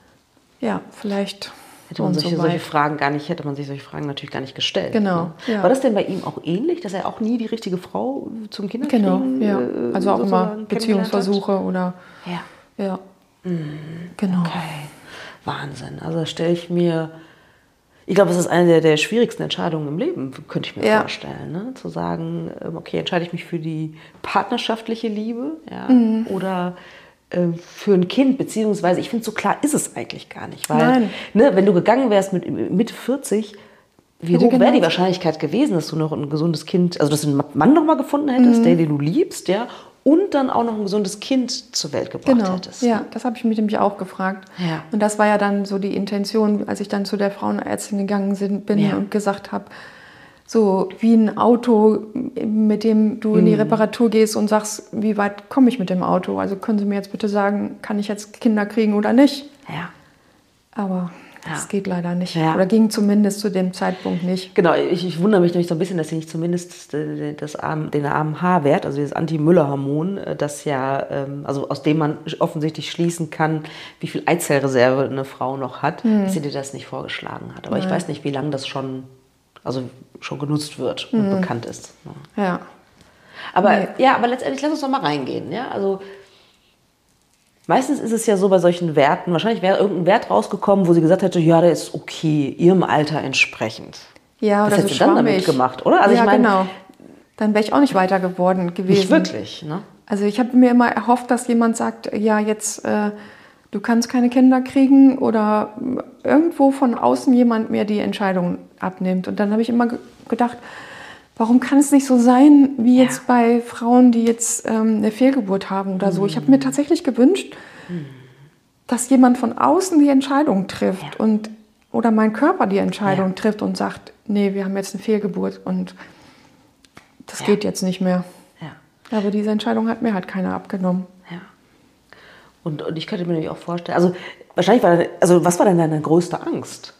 ja, vielleicht... Hätte man solche, so solche Fragen gar nicht, hätte man sich solche Fragen natürlich gar nicht gestellt. Genau. Ne? Ja. War das denn bei ihm auch ähnlich, dass er auch nie die richtige Frau zum Kinderkriegen Genau, ja. Also auch immer Beziehungsversuche oder... Ja. Ja. Mhm. Genau. Okay. Wahnsinn. Also stelle ich mir... Ich glaube, das ist eine der, der schwierigsten Entscheidungen im Leben, könnte ich mir ja. vorstellen. Ne? Zu sagen, okay, entscheide ich mich für die partnerschaftliche Liebe ja? mhm. oder... für ein Kind, beziehungsweise ich finde, so klar ist es eigentlich gar nicht. Weil, ne, wenn du gegangen wärst mit Mitte vierzig, wie hoch wäre die Wahrscheinlichkeit gewesen, dass du noch ein gesundes Kind, also dass du einen Mann noch mal gefunden hättest, mhm. der, den du liebst, ja, und dann auch noch ein gesundes Kind zur Welt gebracht genau. hättest. Ja, ne? das habe ich mich nämlich auch gefragt. Ja. Und das war ja dann so die Intention, als ich dann zu der Frauenärztin gegangen bin ja. und gesagt habe, so wie ein Auto, mit dem du in die Reparatur gehst und sagst, wie weit komme ich mit dem Auto? Also können Sie mir jetzt bitte sagen, kann ich jetzt Kinder kriegen oder nicht? Ja. Aber ja. das geht leider nicht. Ja. Oder ging zumindest zu dem Zeitpunkt nicht. Genau, ich, ich wundere mich nämlich so ein bisschen, dass sie nicht zumindest das, den A M H-Wert, also dieses Anti-Müller-Hormon, das ja, also aus dem man offensichtlich schließen kann, wie viel Eizellreserve eine Frau noch hat, hm. dass sie dir das nicht vorgeschlagen hat. Aber Nein. ich weiß nicht, wie lange das schon... also schon genutzt wird und mhm. bekannt ist. Ja. ja. Aber, nee. ja, aber letztendlich, lass uns doch mal reingehen. Ja? Also, meistens ist es ja so bei solchen Werten, wahrscheinlich wäre irgendein Wert rausgekommen, wo sie gesagt hätte, ja, der ist okay, ihrem Alter entsprechend. Ja, oder Was so hättest du dann damit gemacht, oder? Also ja, ich mein, genau. Dann wäre ich auch nicht weiter geworden gewesen. Nicht wirklich, ne? Also ich habe mir immer erhofft, dass jemand sagt, ja, jetzt... Äh, du kannst keine Kinder kriegen oder irgendwo von außen jemand mir die Entscheidung abnimmt. Und dann habe ich immer ge- gedacht, warum kann es nicht so sein, wie jetzt ja. bei Frauen, die jetzt ähm, eine Fehlgeburt haben oder so. Ich habe mir tatsächlich gewünscht, mhm. dass jemand von außen die Entscheidung trifft ja. und, oder mein Körper die Entscheidung ja. trifft und sagt, nee, wir haben jetzt eine Fehlgeburt und das ja. geht jetzt nicht mehr. Ja. Aber diese Entscheidung hat mir halt keiner abgenommen. Und, und ich könnte mir nämlich auch vorstellen, also wahrscheinlich war, also was war denn deine größte Angst?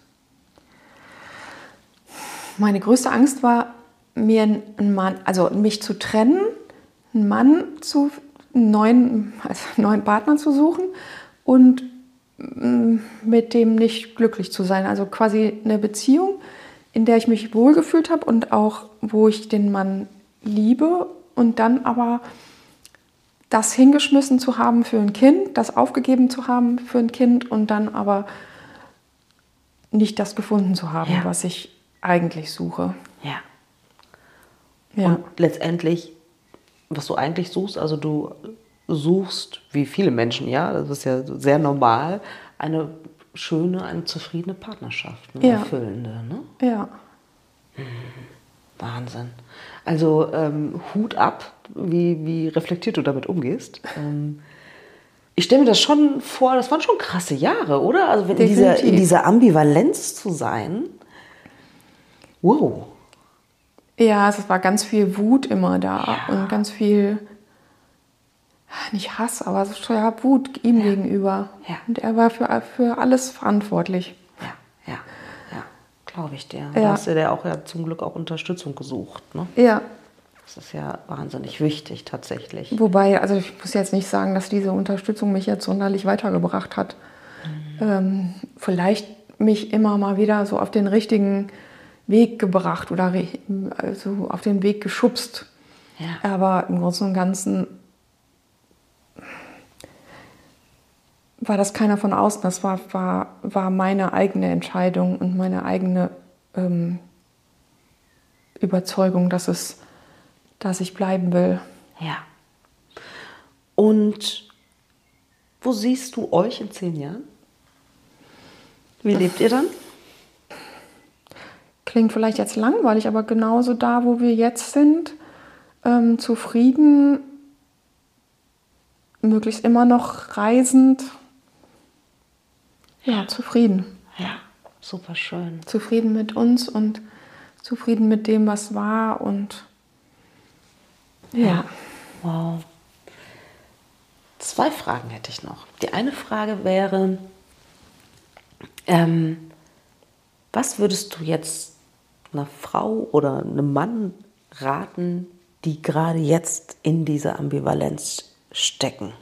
Meine größte Angst war, mir einen Mann, also mich zu trennen, einen Mann zu, einen neuen, also einen neuen Partner zu suchen und mit dem nicht glücklich zu sein. Also quasi eine Beziehung, in der ich mich wohlgefühlt habe und auch, wo ich den Mann liebe und dann aber das hingeschmissen zu haben für ein Kind, das aufgegeben zu haben für ein Kind und dann aber nicht das gefunden zu haben, Ja. was ich eigentlich suche. Ja. Ja. Und letztendlich, was du eigentlich suchst, also du suchst, wie viele Menschen, ja, das ist ja sehr normal, eine schöne, eine zufriedene Partnerschaft, eine Ja. erfüllende, ne? Ja. Wahnsinn. Also ähm, Hut ab, wie, wie reflektiert du damit umgehst. Ähm, ich stelle mir das schon vor, das waren schon krasse Jahre, oder? Also wenn in dieser, in dieser Ambivalenz zu sein. Wow. Ja, also es war ganz viel Wut immer da Ja. und ganz viel, nicht Hass, aber so, ja, Wut ihm Ja. gegenüber. Ja. Und er war für, für alles verantwortlich. Ja, ja, ja, glaube ich dir. Ja. Da hast du dir auch ja zum Glück auch Unterstützung gesucht, ne? Ja. Das ist ja wahnsinnig wichtig tatsächlich. Wobei, also ich muss jetzt nicht sagen, dass diese Unterstützung mich jetzt sonderlich weitergebracht hat. Mhm. Ähm, vielleicht mich immer mal wieder so auf den richtigen Weg gebracht oder also auf den Weg geschubst. Ja. Aber im Großen und Ganzen war das keiner von außen. Das war, war, war meine eigene Entscheidung und meine eigene ähm, Überzeugung, dass, es, dass ich bleiben will. Ja. Und wo siehst du euch in zehn Jahren? Wie lebt ihr dann? Klingt vielleicht jetzt langweilig, aber genauso da, wo wir jetzt sind, ähm, zufrieden, möglichst immer noch reisend. Ja, zufrieden. Ja, super schön. Zufrieden mit uns und zufrieden mit dem, was war und ja. Ja. Wow. Zwei Fragen hätte ich noch. Die eine Frage wäre, ähm, was würdest du jetzt einer Frau oder einem Mann raten, die gerade jetzt in dieser Ambivalenz stecken?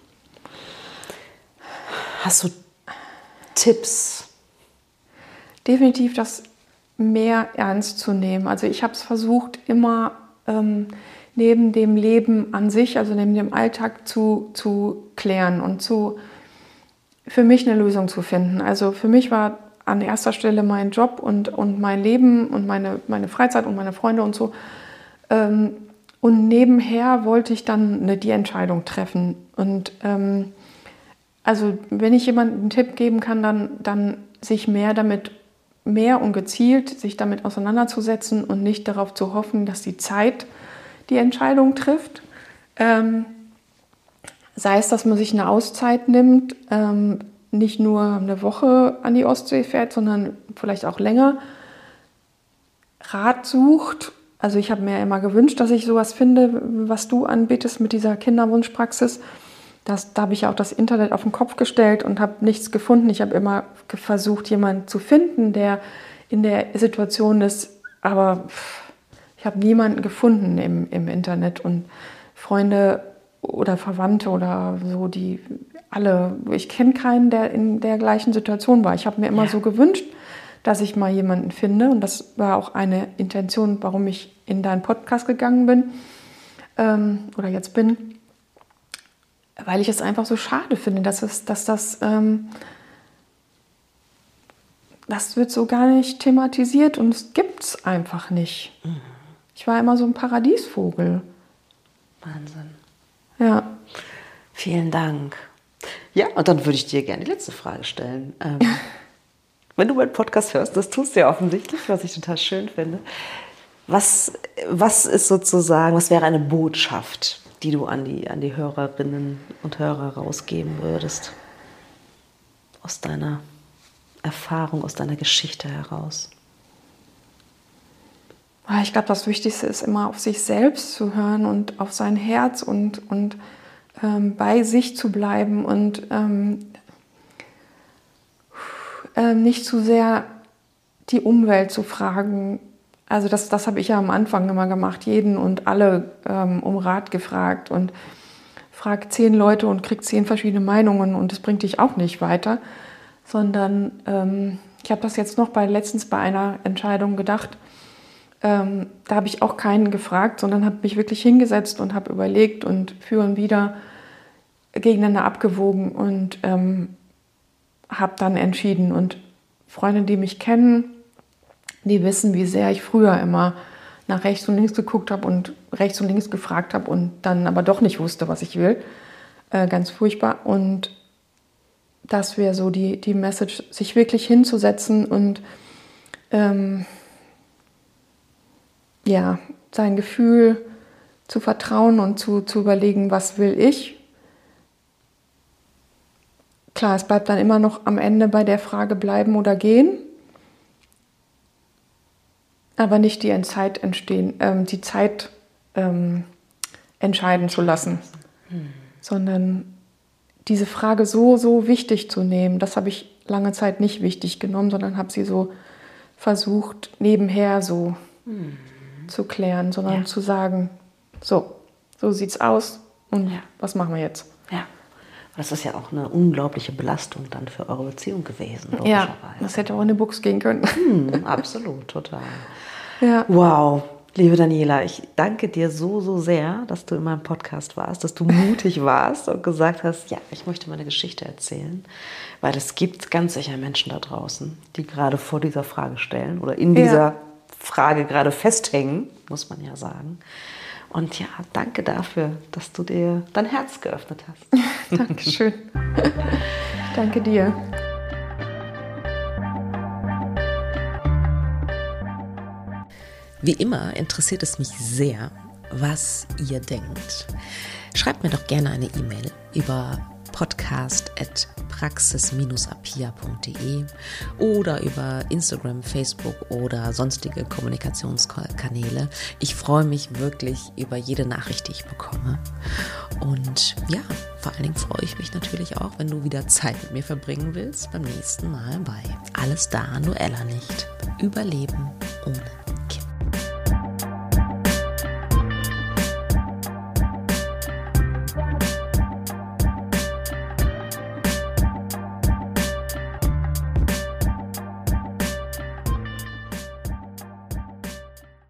Hast du Tipps? Definitiv das mehr ernst zu nehmen. Also ich habe es versucht, immer ähm, neben dem Leben an sich, also neben dem Alltag zu, zu klären und zu, für mich eine Lösung zu finden. Also für mich war an erster Stelle mein Job und, und mein Leben und meine, meine Freizeit und meine Freunde und so. Ähm, und nebenher wollte ich dann eine, die Entscheidung treffen. Und ähm, also wenn ich jemandem einen Tipp geben kann, dann, dann sich mehr damit, mehr und gezielt sich damit auseinanderzusetzen und nicht darauf zu hoffen, dass die Zeit die Entscheidung trifft. Ähm, sei es, dass man sich eine Auszeit nimmt, ähm, nicht nur eine Woche an die Ostsee fährt, sondern vielleicht auch länger, Rat sucht. Also ich habe mir immer gewünscht, dass ich sowas finde, was du anbietest mit dieser Kinderwunschpraxis. Das, da habe ich auch das Internet auf den Kopf gestellt und habe nichts gefunden. Ich habe immer versucht, jemanden zu finden, der in der Situation ist, aber ich habe niemanden gefunden im, im Internet. Und Freunde oder Verwandte oder so, die alle, ich kenne keinen, der in der gleichen Situation war. Ich habe mir immer Ja. so gewünscht, dass ich mal jemanden finde. Und das war auch eine Intention, warum ich in deinen Podcast gegangen bin ähm, oder jetzt bin. Weil ich es einfach so schade finde, dass, es, dass das, ähm, das wird so gar nicht thematisiert und es gibt es einfach nicht. Mhm. Ich war immer so ein Paradiesvogel. Wahnsinn. Ja. Vielen Dank. Ja, und dann würde ich dir gerne die letzte Frage stellen. Ähm, wenn du meinen Podcast hörst, das tust du ja offensichtlich, was ich total schön finde. Was, was ist sozusagen, was wäre eine Botschaft, die du an die, an die Hörerinnen und Hörer rausgeben würdest? Aus deiner Erfahrung, aus deiner Geschichte heraus? Ich glaube, das Wichtigste ist immer auf sich selbst zu hören und auf sein Herz und, und ähm, bei sich zu bleiben und ähm, äh, nicht zu sehr die Umwelt zu fragen. Also das, das habe ich ja am Anfang immer gemacht, jeden und alle ähm, um Rat gefragt und frag zehn Leute und krieg zehn verschiedene Meinungen und das bringt dich auch nicht weiter, sondern ähm, ich habe das jetzt noch bei letztens bei einer Entscheidung gedacht. Ähm, da habe ich auch keinen gefragt, sondern habe mich wirklich hingesetzt und habe überlegt und für und wieder gegeneinander abgewogen und ähm, habe dann entschieden. Und Freunde, die mich kennen, die wissen, wie sehr ich früher immer nach rechts und links geguckt habe und rechts und links gefragt habe und dann aber doch nicht wusste, was ich will. Äh, ganz furchtbar. Und das wäre so die, die Message, sich wirklich hinzusetzen und ähm, ja, sein Gefühl zu vertrauen und zu, zu überlegen, was will ich. Klar, es bleibt dann immer noch am Ende bei der Frage bleiben oder gehen. Aber nicht die Zeit entstehen, ähm, die Zeit ähm, entscheiden zu lassen, hm. sondern diese Frage so, so wichtig zu nehmen. Das habe ich lange Zeit nicht wichtig genommen, sondern habe sie so versucht, nebenher so hm. zu klären, sondern ja. zu sagen, so, so sieht's aus und ja. was machen wir jetzt? Ja. Das ist ja auch eine unglaubliche Belastung dann für eure Beziehung gewesen. Ja, das hätte auch in eine Buchs gehen können. Hm, absolut, total. Ja. Wow, liebe Daniela, ich danke dir so, so sehr, dass du in meinem Podcast warst, dass du mutig warst und gesagt hast, ja, ich möchte meine Geschichte erzählen, weil es gibt ganz sicher Menschen da draußen, die gerade vor dieser Frage stellen oder in dieser ja. Frage gerade festhängen, muss man ja sagen. Und ja, danke dafür, dass du dir dein Herz geöffnet hast. Dankeschön. Danke dir. Wie immer interessiert es mich sehr, was ihr denkt. Schreibt mir doch gerne eine E-Mail über podcast at praxis dash apia punkt de oder über Instagram, Facebook oder sonstige Kommunikationskanäle. Ich freue mich wirklich über jede Nachricht, die ich bekomme. Und ja, vor allen Dingen freue ich mich natürlich auch, wenn du wieder Zeit mit mir verbringen willst, beim nächsten Mal bei Alles da, Noella nicht. Überleben ohne